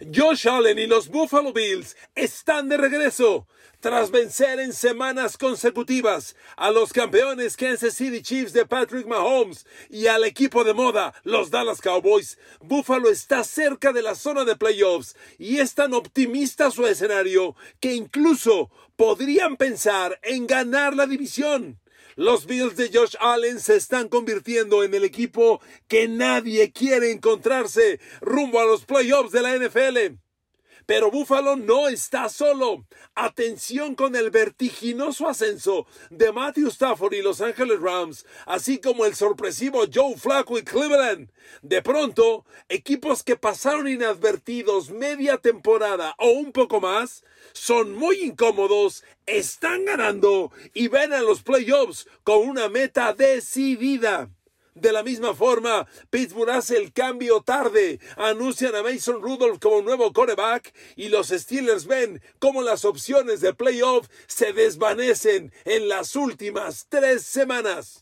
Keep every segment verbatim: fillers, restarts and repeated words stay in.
Josh Allen y los Buffalo Bills están de regreso tras vencer en semanas consecutivas a los campeones Kansas City Chiefs de Patrick Mahomes y al equipo de moda, los Dallas Cowboys. Buffalo está cerca de la zona de playoffs y es tan optimista su escenario que incluso podrían pensar en ganar la división. Los Bills de Josh Allen se están convirtiendo en el equipo que nadie quiere encontrarse rumbo a los playoffs de la N F L. Pero Buffalo no está solo. Atención con el vertiginoso ascenso de Matthew Stafford y Los Angeles Rams, así como el sorpresivo Joe Flacco y Cleveland. De pronto, equipos que pasaron inadvertidos media temporada o un poco más, son muy incómodos, están ganando y ven a los playoffs con una meta decidida. De la misma forma, Pittsburgh hace el cambio tarde, anuncian a Mason Rudolph como nuevo quarterback y los Steelers ven cómo las opciones de playoff se desvanecen en las últimas tres semanas.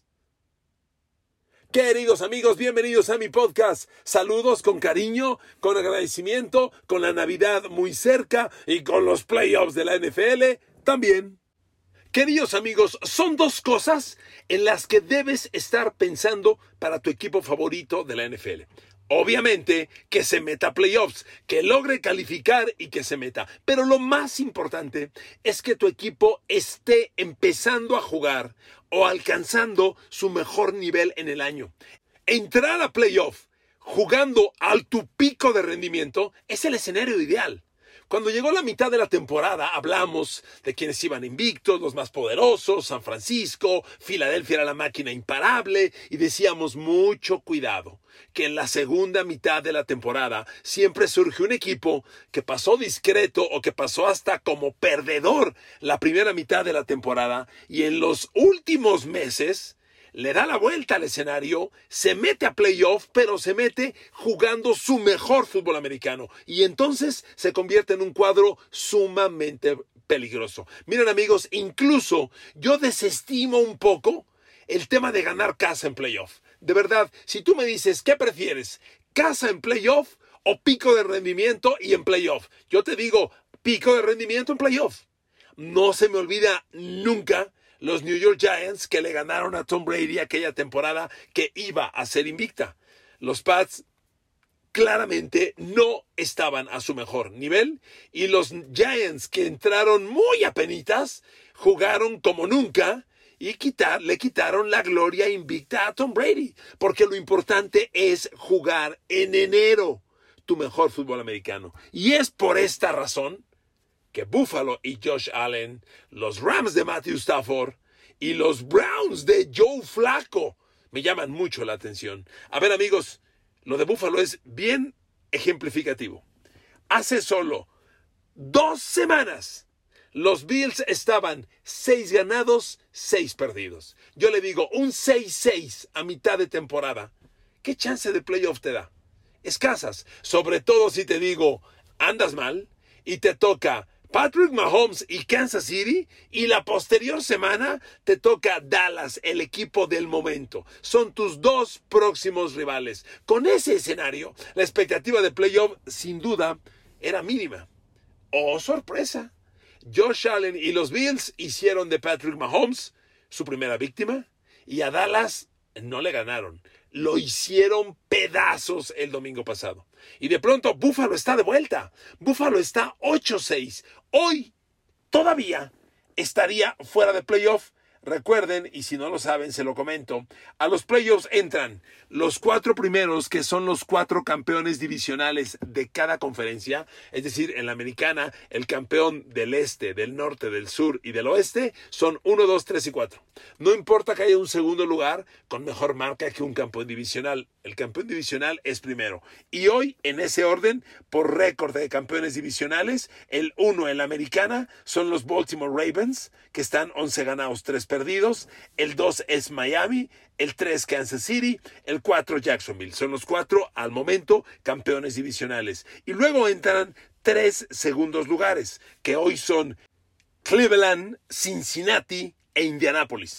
Queridos amigos, bienvenidos a mi podcast. Saludos con cariño, con agradecimiento, con la Navidad muy cerca y con los playoffs de la N F L también. Queridos amigos, son dos cosas en las que debes estar pensando para tu equipo favorito de la N F L. Obviamente, que se meta a playoffs, que logre calificar y que se meta. Pero lo más importante es que tu equipo esté empezando a jugar o alcanzando su mejor nivel en el año. Entrar a playoff jugando al tu pico de rendimiento es el escenario ideal. Cuando llegó la mitad de la temporada, hablamos de quienes iban invictos, los más poderosos, San Francisco, Filadelfia era la máquina imparable, y decíamos mucho cuidado, que en la segunda mitad de la temporada siempre surge un equipo que pasó discreto o que pasó hasta como perdedor la primera mitad de la temporada, y en los últimos meses le da la vuelta al escenario, se mete a playoff, pero se mete jugando su mejor fútbol americano. Y entonces se convierte en un cuadro sumamente peligroso. Miren amigos, incluso yo desestimo un poco el tema de ganar casa en playoff. De verdad, si tú me dices, ¿qué prefieres? ¿Casa en playoff o pico de rendimiento y en playoff? Yo te digo, pico de rendimiento en playoff. No se me olvida nunca los New York Giants que le ganaron a Tom Brady aquella temporada que iba a ser invicta. Los Pats claramente no estaban a su mejor nivel y los Giants, que entraron muy apenitas, jugaron como nunca y quitar, le quitaron la gloria invicta a Tom Brady, porque lo importante es jugar en enero tu mejor fútbol americano. Y es por esta razón que Buffalo y Josh Allen, los Rams de Matthew Stafford y los Browns de Joe Flacco me llaman mucho la atención. A ver amigos, lo de Buffalo es bien ejemplificativo. Hace solo dos semanas los Bills estaban seis ganados, seis perdidos. Yo le digo, un seis seis a mitad de temporada. ¿Qué chance de playoff te da? Escasas, sobre todo si te digo, andas mal y te toca Patrick Mahomes y Kansas City, y la posterior semana te toca Dallas, el equipo del momento. Son tus dos próximos rivales. Con ese escenario, la expectativa de playoff sin duda era mínima. ¡Oh, sorpresa! Josh Allen y los Bills hicieron de Patrick Mahomes su primera víctima y a Dallas no le ganaron. Lo hicieron pedazos el domingo pasado. Y de pronto Buffalo está de vuelta. Buffalo está ocho seis. Hoy todavía estaría fuera de playoff. Recuerden, y si no lo saben, se lo comento, a los playoffs entran los cuatro primeros, que son los cuatro campeones divisionales de cada conferencia, es decir, en la americana, el campeón del este, del norte, del sur y del oeste son uno, dos, tres y cuatro. No importa que haya un segundo lugar con mejor marca que un campeón divisional. El campeón divisional es primero. Y hoy, en ese orden, por récord de campeones divisionales, el uno en la americana son los Baltimore Ravens, que están once ganados, tres perdidos. El dos es Miami, el tres Kansas City, el cuatro Jacksonville. Son los cuatro, al momento, campeones divisionales. Y luego entran tres segundos lugares, que hoy son Cleveland, Cincinnati e Indianapolis.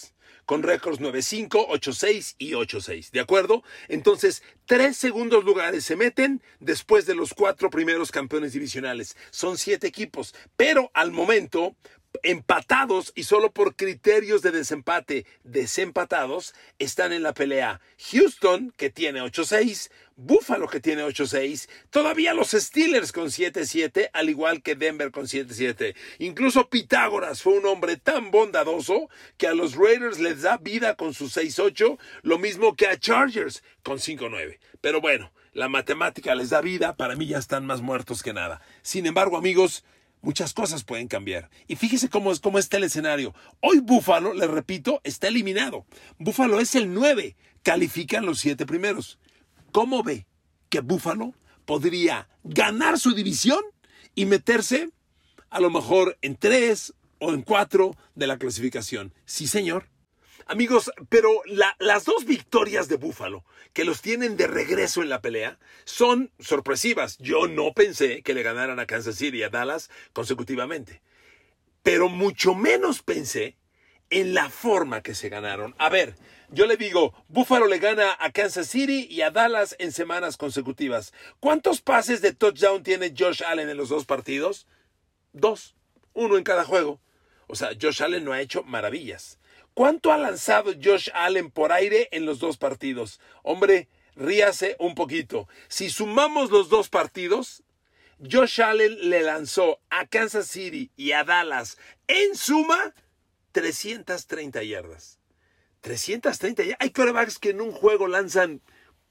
con récords nueve cinco, ocho seis y ocho seis. ¿De acuerdo? Entonces, tres segundos lugares se meten después de los cuatro primeros campeones divisionales. Son siete equipos, pero al momento, empatados y solo por criterios de desempate desempatados, están en la pelea Houston, que tiene ocho seis, Buffalo, que tiene ocho seis, todavía los Steelers con siete siete, al igual que Denver con siete siete. Incluso Pitágoras fue un hombre tan bondadoso que a los Raiders les da vida con su seis ocho, lo mismo que a Chargers con cinco nueve. Pero bueno, la matemática les da vida, para mí ya están más muertos que nada. Sin embargo, amigos, muchas cosas pueden cambiar. Y fíjese cómo, es, cómo está el escenario. Hoy Buffalo, les repito, está eliminado. Buffalo es el nueve. Califican los siete primeros. ¿Cómo ve que Buffalo podría ganar su división y meterse a lo mejor en tres o en cuatro de la clasificación? Sí, señor. Amigos, pero la, las dos victorias de Buffalo, que los tienen de regreso en la pelea, son sorpresivas. Yo no pensé que le ganaran a Kansas City y a Dallas consecutivamente. Pero mucho menos pensé en la forma que se ganaron. A ver, yo le digo, Buffalo le gana a Kansas City y a Dallas en semanas consecutivas. ¿Cuántos pases de touchdown tiene Josh Allen en los dos partidos? Dos. Uno en cada juego. O sea, Josh Allen no ha hecho maravillas. ¿Cuánto ha lanzado Josh Allen por aire en los dos partidos? Hombre, ríase un poquito. Si sumamos los dos partidos, Josh Allen le lanzó a Kansas City y a Dallas en suma trescientas treinta yardas. trescientas treinta yardas. Hay quarterbacks que en un juego lanzan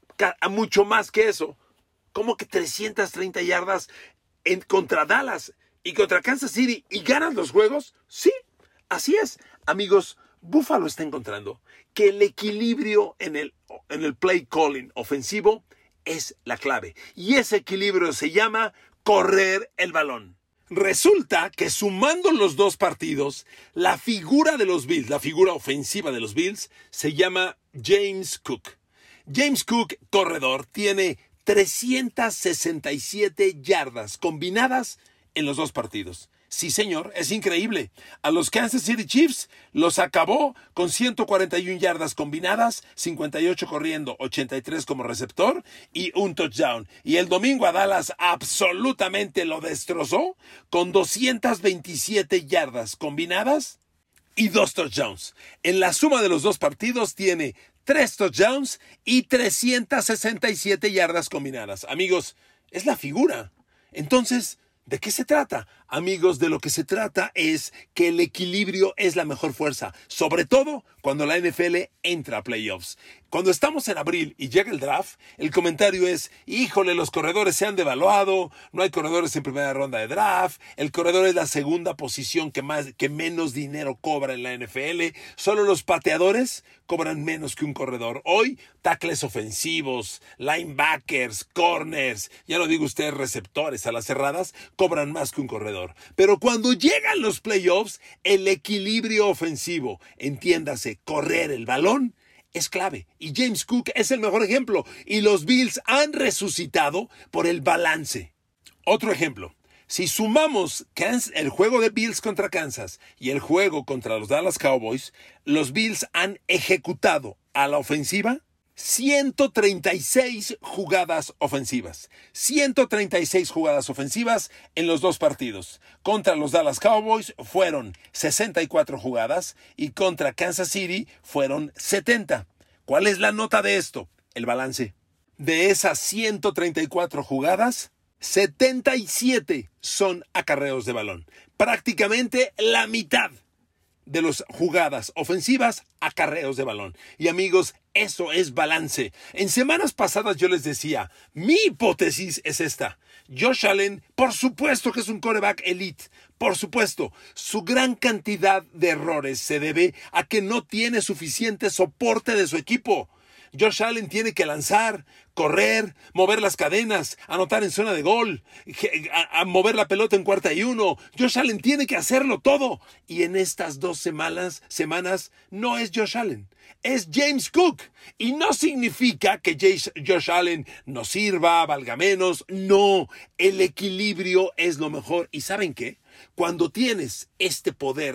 a mucho más que eso. ¿Cómo que trescientas treinta yardas en, contra Dallas y contra Kansas City y ganan los juegos? Sí, así es. Amigos, Buffalo está encontrando que el equilibrio en el, en el play calling ofensivo es la clave. Y ese equilibrio se llama correr el balón. Resulta que sumando los dos partidos, la figura de los Bills, la figura ofensiva de los Bills, se llama James Cook. James Cook, corredor, tiene trescientas sesenta y siete yardas combinadas en los dos partidos. Sí, señor, es increíble. A los Kansas City Chiefs los acabó con ciento cuarenta y una yardas combinadas, cincuenta y ocho corriendo, ochenta y tres como receptor y un touchdown. Y el domingo a Dallas absolutamente lo destrozó con doscientas veintisiete yardas combinadas y dos touchdowns. En la suma de los dos partidos tiene tres touchdowns y trescientas sesenta y siete yardas combinadas. Amigos, es la figura. Entonces, ¿de qué se trata? Amigos, de lo que se trata es que el equilibrio es la mejor fuerza, sobre todo cuando la N F L entra a playoffs. Cuando estamos en abril y llega el draft, el comentario es, híjole, los corredores se han devaluado, no hay corredores en primera ronda de draft, el corredor es la segunda posición que, más, que menos dinero cobra en la N F L, solo los pateadores cobran menos que un corredor. Hoy, tackles ofensivos, linebackers, corners, ya lo digo ustedes, receptores a las cerradas, cobran más que un corredor. Pero cuando llegan los playoffs, el equilibrio ofensivo, entiéndase, correr el balón, es clave. Y James Cook es el mejor ejemplo. Y los Bills han resucitado por el balance. Otro ejemplo. Si sumamos el juego de Bills contra Kansas y el juego contra los Dallas Cowboys, los Bills han ejecutado a la ofensiva ciento treinta y seis jugadas ofensivas. ciento treinta y seis jugadas ofensivas en los dos partidos. Contra los Dallas Cowboys fueron sesenta y cuatro jugadas y contra Kansas City fueron setenta. ¿Cuál es la nota de esto? El balance. De esas ciento treinta y cuatro jugadas, setenta y siete son acarreos de balón. Prácticamente la mitad de las jugadas ofensivas, acarreos de balón. Y amigos, eso es balance. En semanas pasadas yo les decía, mi hipótesis es esta. Josh Allen, por supuesto que es un quarterback elite. Por supuesto, su gran cantidad de errores se debe a que no tiene suficiente soporte de su equipo. Josh Allen tiene que lanzar, correr, mover las cadenas, anotar en zona de gol, a, a mover la pelota en cuarta y uno. Josh Allen tiene que hacerlo todo. Y en estas dos semanas, semanas no es Josh Allen, es James Cook. Y no significa que Josh Allen no sirva, valga menos. No, el equilibrio es lo mejor. ¿Y saben qué? Cuando tienes este poder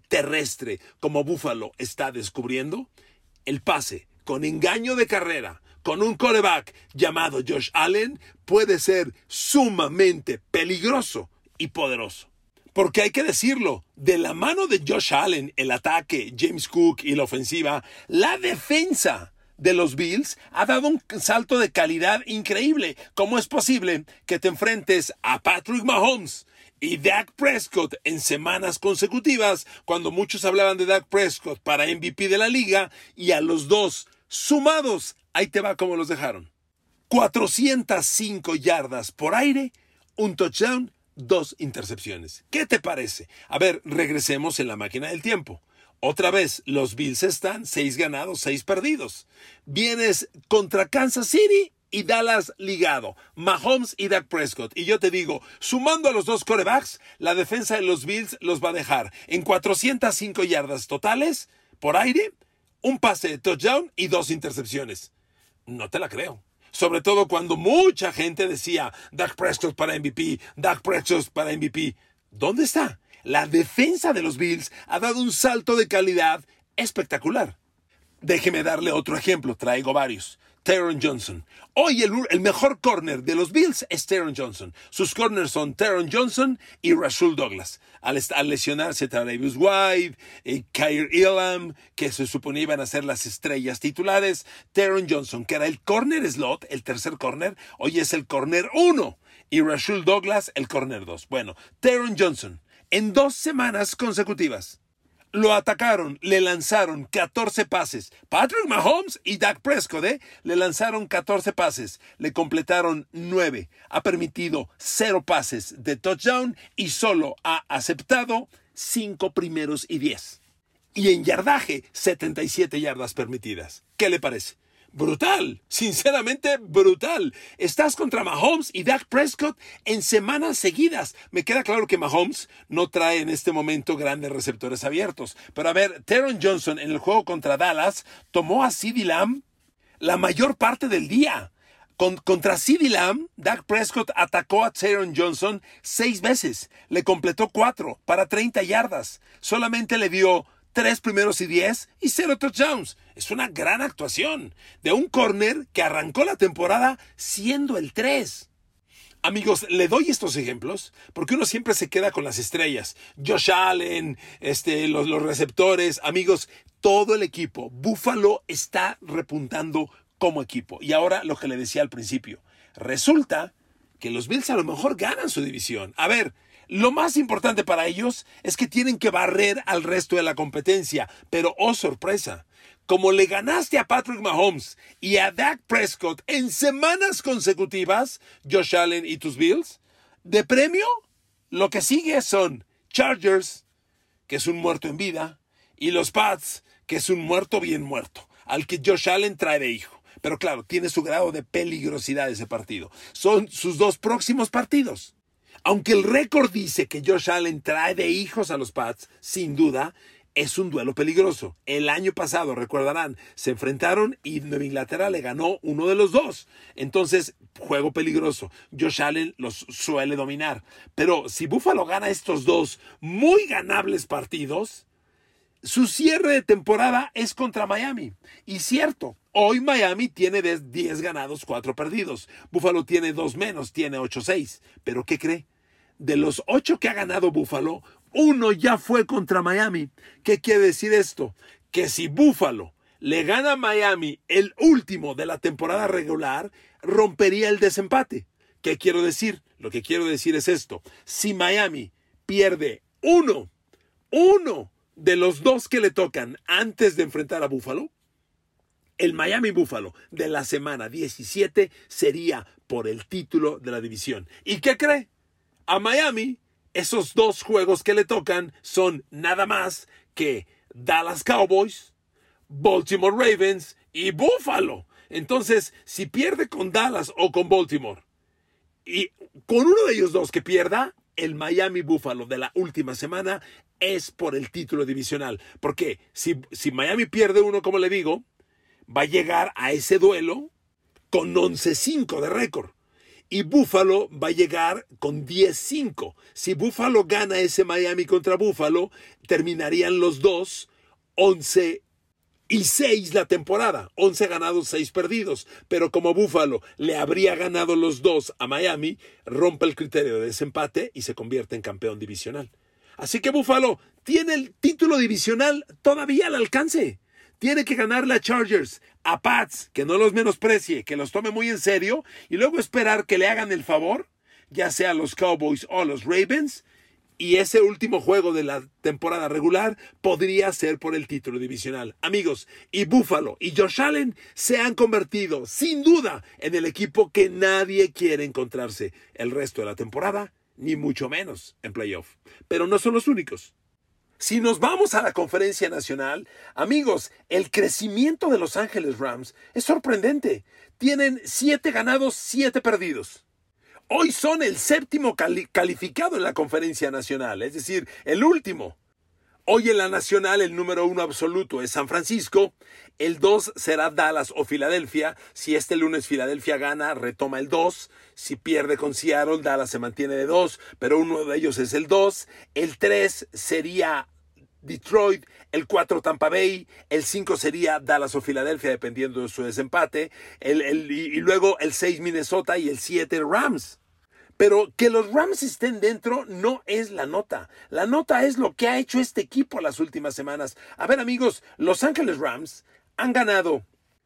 terrestre como Buffalo está descubriendo, el pase con engaño de carrera, con un quarterback llamado Josh Allen, puede ser sumamente peligroso y poderoso. Porque hay que decirlo, de la mano de Josh Allen, el ataque, James Cook y la ofensiva, la defensa de los Bills ha dado un salto de calidad increíble. ¿Cómo es posible que te enfrentes a Patrick Mahomes y Dak Prescott en semanas consecutivas, cuando muchos hablaban de Dak Prescott para M V P de la liga, y a los dos sumados, ahí te va como los dejaron? cuatrocientas cinco yardas por aire, un touchdown, dos intercepciones. ¿Qué te parece? A ver, regresemos en la máquina del tiempo. Otra vez, los Bills están seis ganados, seis perdidos. Vienes contra Kansas City y Dallas ligado, Mahomes y Dak Prescott. Y yo te digo, sumando a los dos quarterbacks, la defensa de los Bills los va a dejar en cuatrocientas cinco yardas totales por aire, un pase de touchdown y dos intercepciones. No te la creo. Sobre todo cuando mucha gente decía, Dak Prescott para M V P, Dak Prescott para M V P. ¿Dónde está? La defensa de los Bills ha dado un salto de calidad espectacular. Déjeme darle otro ejemplo, traigo varios. Taron Johnson. Hoy el, el mejor corner de los Bills es Taron Johnson. Sus corners son Taron Johnson y Rasul Douglas. Al, al lesionarse Travis White, eh, Kyle Elam, que se suponía iban a ser las estrellas titulares, Taron Johnson, que era el corner slot, el tercer corner, hoy es el corner uno. Y Rasul Douglas, el corner dos. Bueno, Taron Johnson, en dos semanas consecutivas, lo atacaron, le lanzaron catorce pases. Patrick Mahomes y Dak Prescott, ¿eh? Le lanzaron catorce pases, le completaron nueve. Ha permitido cero pases de touchdown y solo ha aceptado cinco primeros y diez. Y en yardaje, setenta y siete yardas permitidas. ¿Qué le parece? Brutal, sinceramente brutal. Estás contra Mahomes y Dak Prescott en semanas seguidas. Me queda claro que Mahomes no trae en este momento grandes receptores abiertos. Pero a ver, Taron Johnson en el juego contra Dallas tomó a CeeDee Lamb la mayor parte del día. Con, contra CeeDee Lamb, Dak Prescott atacó a Taron Johnson seis veces. Le completó cuatro para treinta yardas. Solamente le dio tres primeros y diez y cero touchdowns. Es una gran actuación de un corner que arrancó la temporada siendo el tres. Amigos, le doy estos ejemplos porque uno siempre se queda con las estrellas. Josh Allen, este, los, los receptores. Amigos, todo el equipo. Buffalo está repuntando como equipo. Y ahora lo que le decía al principio. Resulta que los Bills a lo mejor ganan su división. A ver, lo más importante para ellos es que tienen que barrer al resto de la competencia. Pero, oh sorpresa, como le ganaste a Patrick Mahomes y a Dak Prescott en semanas consecutivas, Josh Allen y tus Bills, de premio, lo que sigue son Chargers, que es un muerto en vida, y los Pats, que es un muerto bien muerto, al que Josh Allen trae de hijo. Pero claro, tiene su grado de peligrosidad ese partido. Son sus dos próximos partidos. Aunque el récord dice que Josh Allen trae de hijos a los Pats, sin duda, es un duelo peligroso. El año pasado, recordarán, se enfrentaron y Nueva Inglaterra le ganó uno de los dos. Entonces, juego peligroso. Josh Allen los suele dominar. Pero si Buffalo gana estos dos muy ganables partidos, su cierre de temporada es contra Miami. Y cierto, hoy Miami tiene diez ganados, cuatro perdidos. Buffalo tiene dos menos, tiene ocho seis. ¿Pero qué cree? De los ocho que ha ganado Buffalo, uno ya fue contra Miami. ¿Qué quiere decir esto? Que si Buffalo le gana a Miami el último de la temporada regular, rompería el desempate. ¿Qué quiero decir? Lo que quiero decir es esto. Si Miami pierde uno, uno de los dos que le tocan antes de enfrentar a Buffalo, el Miami Buffalo de la semana diecisiete sería por el título de la división. ¿Y qué cree? A Miami, esos dos juegos que le tocan son nada más que Dallas Cowboys, Baltimore Ravens y Buffalo. Entonces, si pierde con Dallas o con Baltimore, y con uno de ellos dos que pierda, el Miami Buffalo de la última semana es por el título divisional. Porque si, si Miami pierde uno, como le digo, va a llegar a ese duelo con once cinco de récord. Y Buffalo va a llegar con diez cinco. Si Buffalo gana ese Miami contra Buffalo, terminarían los dos once y seis la temporada. once ganados, seis perdidos. Pero como Buffalo le habría ganado los dos a Miami, rompe el criterio de desempate y se convierte en campeón divisional. Así que Buffalo tiene el título divisional todavía al alcance. Tiene que ganarle a Chargers, a Pats, que no los menosprecie, que los tome muy en serio, y luego esperar que le hagan el favor, ya sea a los Cowboys o a los Ravens, y ese último juego de la temporada regular podría ser por el título divisional. Amigos, y Buffalo y Josh Allen se han convertido, sin duda, en el equipo que nadie quiere encontrarse el resto de la temporada, ni mucho menos en playoff. Pero no son los únicos. Si nos vamos a la conferencia nacional, amigos, el crecimiento de Los Ángeles Rams es sorprendente. Tienen siete ganados, siete perdidos. Hoy son el séptimo cali- calificado en la conferencia nacional, es decir, el último. Hoy en la nacional el número uno absoluto es San Francisco, el dos será Dallas o Filadelfia. Si este lunes Filadelfia gana, retoma el dos. Si pierde con Seattle, Dallas se mantiene de dos, pero uno de ellos es el dos. El tres sería Detroit, el cuatro Tampa Bay, el cinco sería Dallas o Filadelfia, dependiendo de su desempate, el, el, y, y luego el seis Minnesota y el siete Rams. Pero que los Rams estén dentro no es la nota. La nota es lo que ha hecho este equipo las últimas semanas. A ver, amigos, Los Ángeles Rams han ganado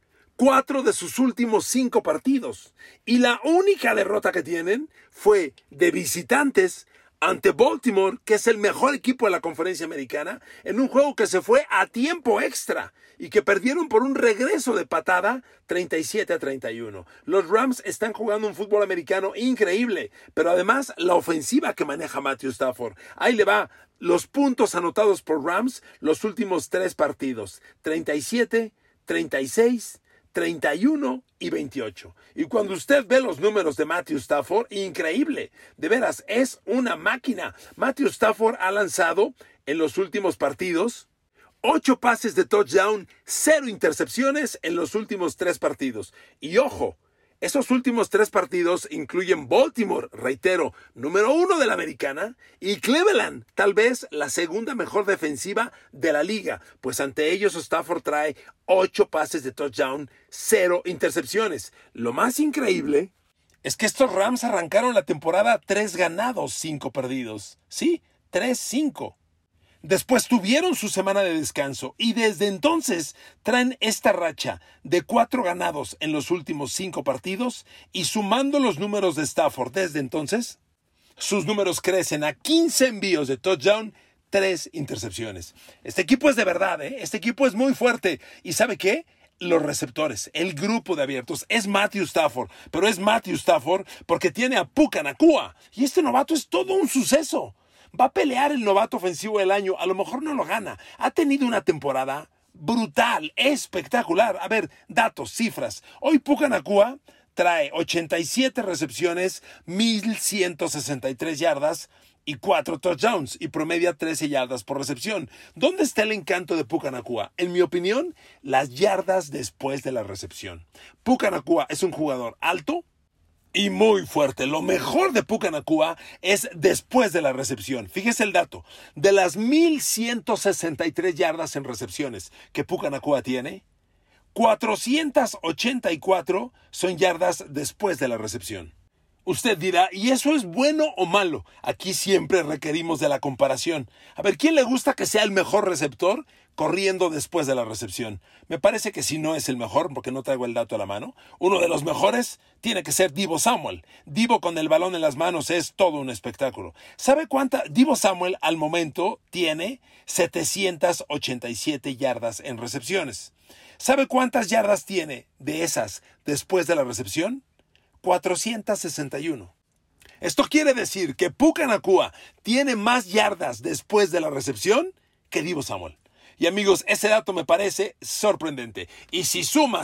cuatro de sus últimos cinco partidos. Y la única derrota que tienen fue de visitantes ante Baltimore, que es el mejor equipo de la conferencia americana, en un juego que se fue a tiempo extra y que perdieron por un regreso de patada treinta y siete a treinta y uno. Los Rams están jugando un fútbol americano increíble, pero además la ofensiva que maneja Matthew Stafford. Ahí le va los puntos anotados por Rams los últimos tres partidos: treinta y siete, treinta y seis, treinta y uno y veintiocho. Y cuando usted ve los números de Matthew Stafford, increíble. De veras, es una máquina. Matthew Stafford ha lanzado en los últimos partidos ocho pases de touchdown, cero intercepciones en los últimos tres partidos. Y ojo, esos últimos tres partidos incluyen Baltimore, reitero, número uno de la americana, y Cleveland, tal vez la segunda mejor defensiva de la liga, pues ante ellos Stafford trae ocho pases de touchdown, cero intercepciones. Lo más increíble es que estos Rams arrancaron la temporada tres ganados, cinco perdidos. Sí, tres cinco. Después tuvieron su semana de descanso y desde entonces traen esta racha de cuatro ganados en los últimos cinco partidos, y sumando los números de Stafford desde entonces, sus números crecen a quince envíos de touchdown, tres intercepciones. Este equipo es de verdad, ¿eh? Este equipo es muy fuerte. ¿Y sabe qué? Los receptores, el grupo de abiertos, es Matthew Stafford, pero es Matthew Stafford porque tiene a Puka Nacua, y este novato es todo un suceso. Va a pelear el novato ofensivo del año, a lo mejor no lo gana. Ha tenido una temporada brutal, espectacular. A ver, datos, cifras. Hoy Puka Nacua trae ochenta y siete recepciones, mil ciento sesenta y tres yardas y cuatro touchdowns, y promedia trece yardas por recepción. ¿Dónde está el encanto de Puka Nacua? En mi opinión, las yardas después de la recepción. Puka Nacua es un jugador alto y muy fuerte. Lo mejor de Puka Nacua es después de la recepción. Fíjese el dato. De las mil ciento sesenta y tres yardas en recepciones que Puka Nacua tiene, cuatrocientas ochenta y cuatro son yardas después de la recepción. Usted dirá, ¿y eso es bueno o malo? Aquí siempre requerimos de la comparación. A ver, ¿quién le gusta que sea el mejor receptor corriendo después de la recepción? Me parece que si no es el mejor, porque no traigo el dato a la mano, uno de los mejores tiene que ser Deebo Samuel. Deebo con el balón en las manos es todo un espectáculo. ¿Sabe cuánta? Deebo Samuel al momento tiene setecientas ochenta y siete yardas en recepciones. ¿Sabe cuántas yardas tiene de esas después de la recepción? cuatrocientas sesenta y uno. Esto quiere decir que Puka Nacua tiene más yardas después de la recepción que Deebo Samuel. Y amigos, ese dato me parece sorprendente. Y si sumas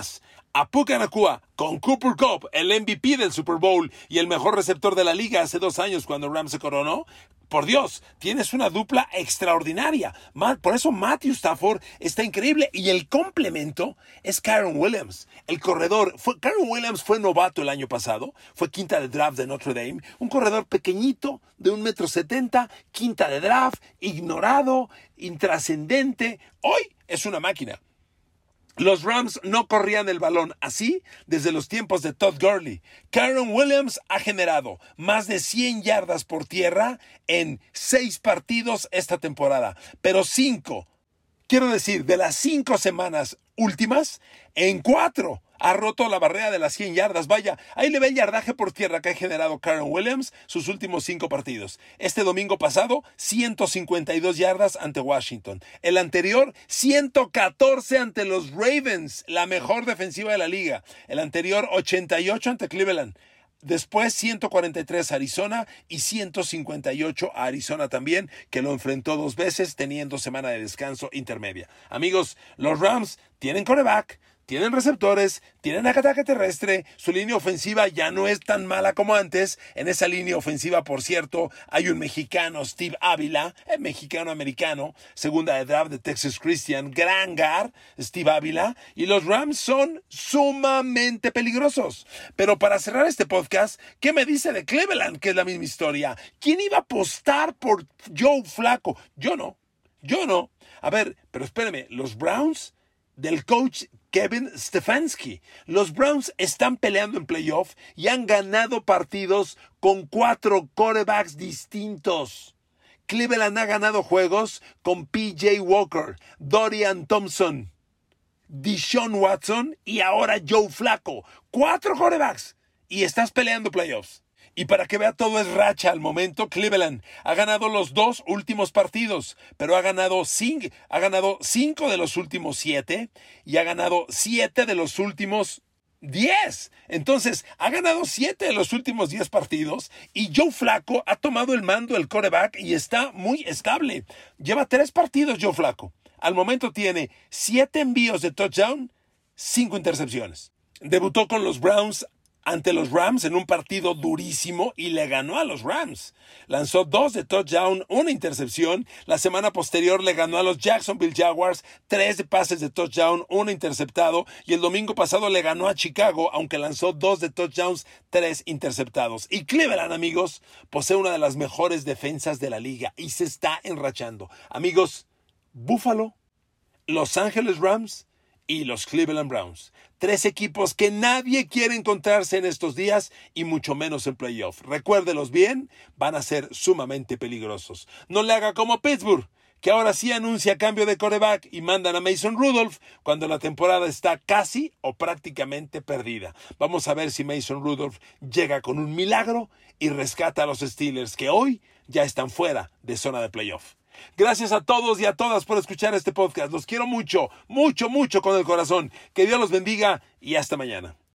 a Puka Nacua con Cooper Kupp, el M V P del Super Bowl y el mejor receptor de la liga hace dos años cuando Rams se coronó. Por Dios, tienes una dupla extraordinaria. Por eso Matthew Stafford está increíble. Y el complemento es Kyren Williams, el corredor. Fue, Kyren Williams fue novato el año pasado. Fue quinta de draft de Notre Dame. Un corredor pequeñito de un metro setenta. Quinta de draft, ignorado, intrascendente. Hoy es una máquina. Los Rams no corrían el balón así desde los tiempos de Todd Gurley. Kyren Williams ha generado más de cien yardas por tierra en seis partidos esta temporada. Pero cinco, quiero decir, de las cinco semanas últimas, en cuatro ha roto la barrera de las cien yardas. Vaya, ahí le ve el yardaje por tierra que ha generado Kyren Williams sus últimos cinco partidos. Este domingo pasado, ciento cincuenta y dos yardas ante Washington. El anterior, ciento catorce ante los Ravens, la mejor defensiva de la liga. El anterior, ochenta y ocho ante Cleveland. Después ciento cuarenta y tres a Arizona y ciento cincuenta y ocho a Arizona también, que lo enfrentó dos veces teniendo semana de descanso intermedia. Amigos, los Rams tienen quarterback, tienen receptores, tienen ataque terrestre, su línea ofensiva ya no es tan mala como antes. En esa línea ofensiva, por cierto, hay un mexicano, Steve Ávila, el mexicano-americano, segunda de draft de Texas Christian, gran guard, Steve Ávila, y los Rams son sumamente peligrosos. Pero para cerrar este podcast, ¿qué me dice de Cleveland, que es la misma historia? ¿Quién iba a apostar por Joe Flacco? Yo no, yo no. A ver, pero espérame, los Browns del coach Kevin Stefanski. Los Browns están peleando en playoff y han ganado partidos con cuatro quarterbacks distintos. Cleveland ha ganado juegos con P J Walker, Dorian Thompson, Deshaun Watson y ahora Joe Flacco. Cuatro quarterbacks y estás peleando playoffs. Y para que vea, todo es racha al momento. Cleveland ha ganado los dos últimos partidos, pero ha ganado, cinco, ha ganado cinco de los últimos siete y ha ganado siete de los últimos diez. Entonces, ha ganado siete de los últimos diez partidos y Joe Flacco ha tomado el mando del quarterback y está muy estable. Lleva tres partidos Joe Flacco. Al momento tiene siete envíos de touchdown, cinco intercepciones. Debutó con los Browns ante los Rams en un partido durísimo y le ganó a los Rams. Lanzó dos de touchdown, una intercepción. La semana posterior le ganó a los Jacksonville Jaguars, tres de pases de touchdown, uno interceptado. Y el domingo pasado le ganó a Chicago, aunque lanzó dos de touchdowns, tres interceptados. Y Cleveland, amigos, posee una de las mejores defensas de la liga y se está enrachando. Amigos, Buffalo, Los Ángeles Rams y los Cleveland Browns. Tres equipos que nadie quiere encontrarse en estos días y mucho menos en playoff. Recuérdelos bien, van a ser sumamente peligrosos. No le haga como Pittsburgh, que ahora sí anuncia cambio de quarterback y mandan a Mason Rudolph cuando la temporada está casi o prácticamente perdida. Vamos a ver si Mason Rudolph llega con un milagro y rescata a los Steelers, que hoy ya están fuera de zona de playoff. Gracias a todos y a todas por escuchar este podcast. Los quiero mucho, mucho, mucho con el corazón. Que Dios los bendiga y hasta mañana.